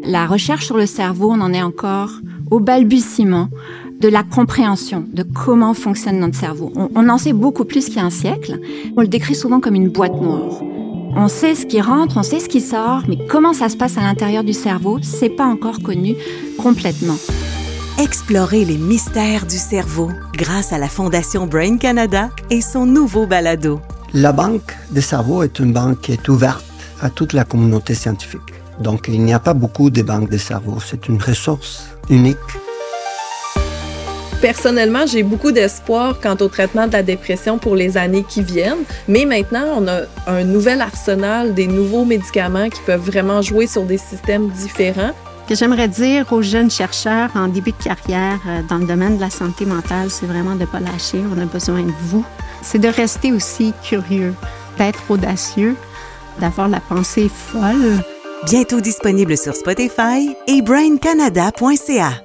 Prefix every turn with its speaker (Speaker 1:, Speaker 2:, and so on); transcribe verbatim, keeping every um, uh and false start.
Speaker 1: La recherche sur le cerveau, on en est encore au balbutiement de la compréhension de comment fonctionne notre cerveau. On, on en sait beaucoup plus qu'il y a un siècle. On le décrit souvent comme une boîte noire. On sait ce qui rentre, on sait ce qui sort, mais comment ça se passe à l'intérieur du cerveau, c'est pas encore connu complètement.
Speaker 2: Explorez les mystères du cerveau grâce à la Fondation Brain Canada et son nouveau balado.
Speaker 3: La Banque des cerveaux est une banque qui est ouverte à toute la communauté scientifique. Donc, il n'y a pas beaucoup de banques de cerveau. C'est une ressource unique.
Speaker 4: Personnellement, j'ai beaucoup d'espoir quant au traitement de la dépression pour les années qui viennent. Mais maintenant, on a un nouvel arsenal, des nouveaux médicaments qui peuvent vraiment jouer sur des systèmes différents.
Speaker 5: Ce que j'aimerais dire aux jeunes chercheurs en début de carrière dans le domaine de la santé mentale, c'est vraiment de ne pas lâcher. On a besoin de vous. C'est de rester aussi curieux, d'être audacieux, d'avoir la pensée folle.
Speaker 2: Bientôt disponible sur Spotify et brain canada point c a.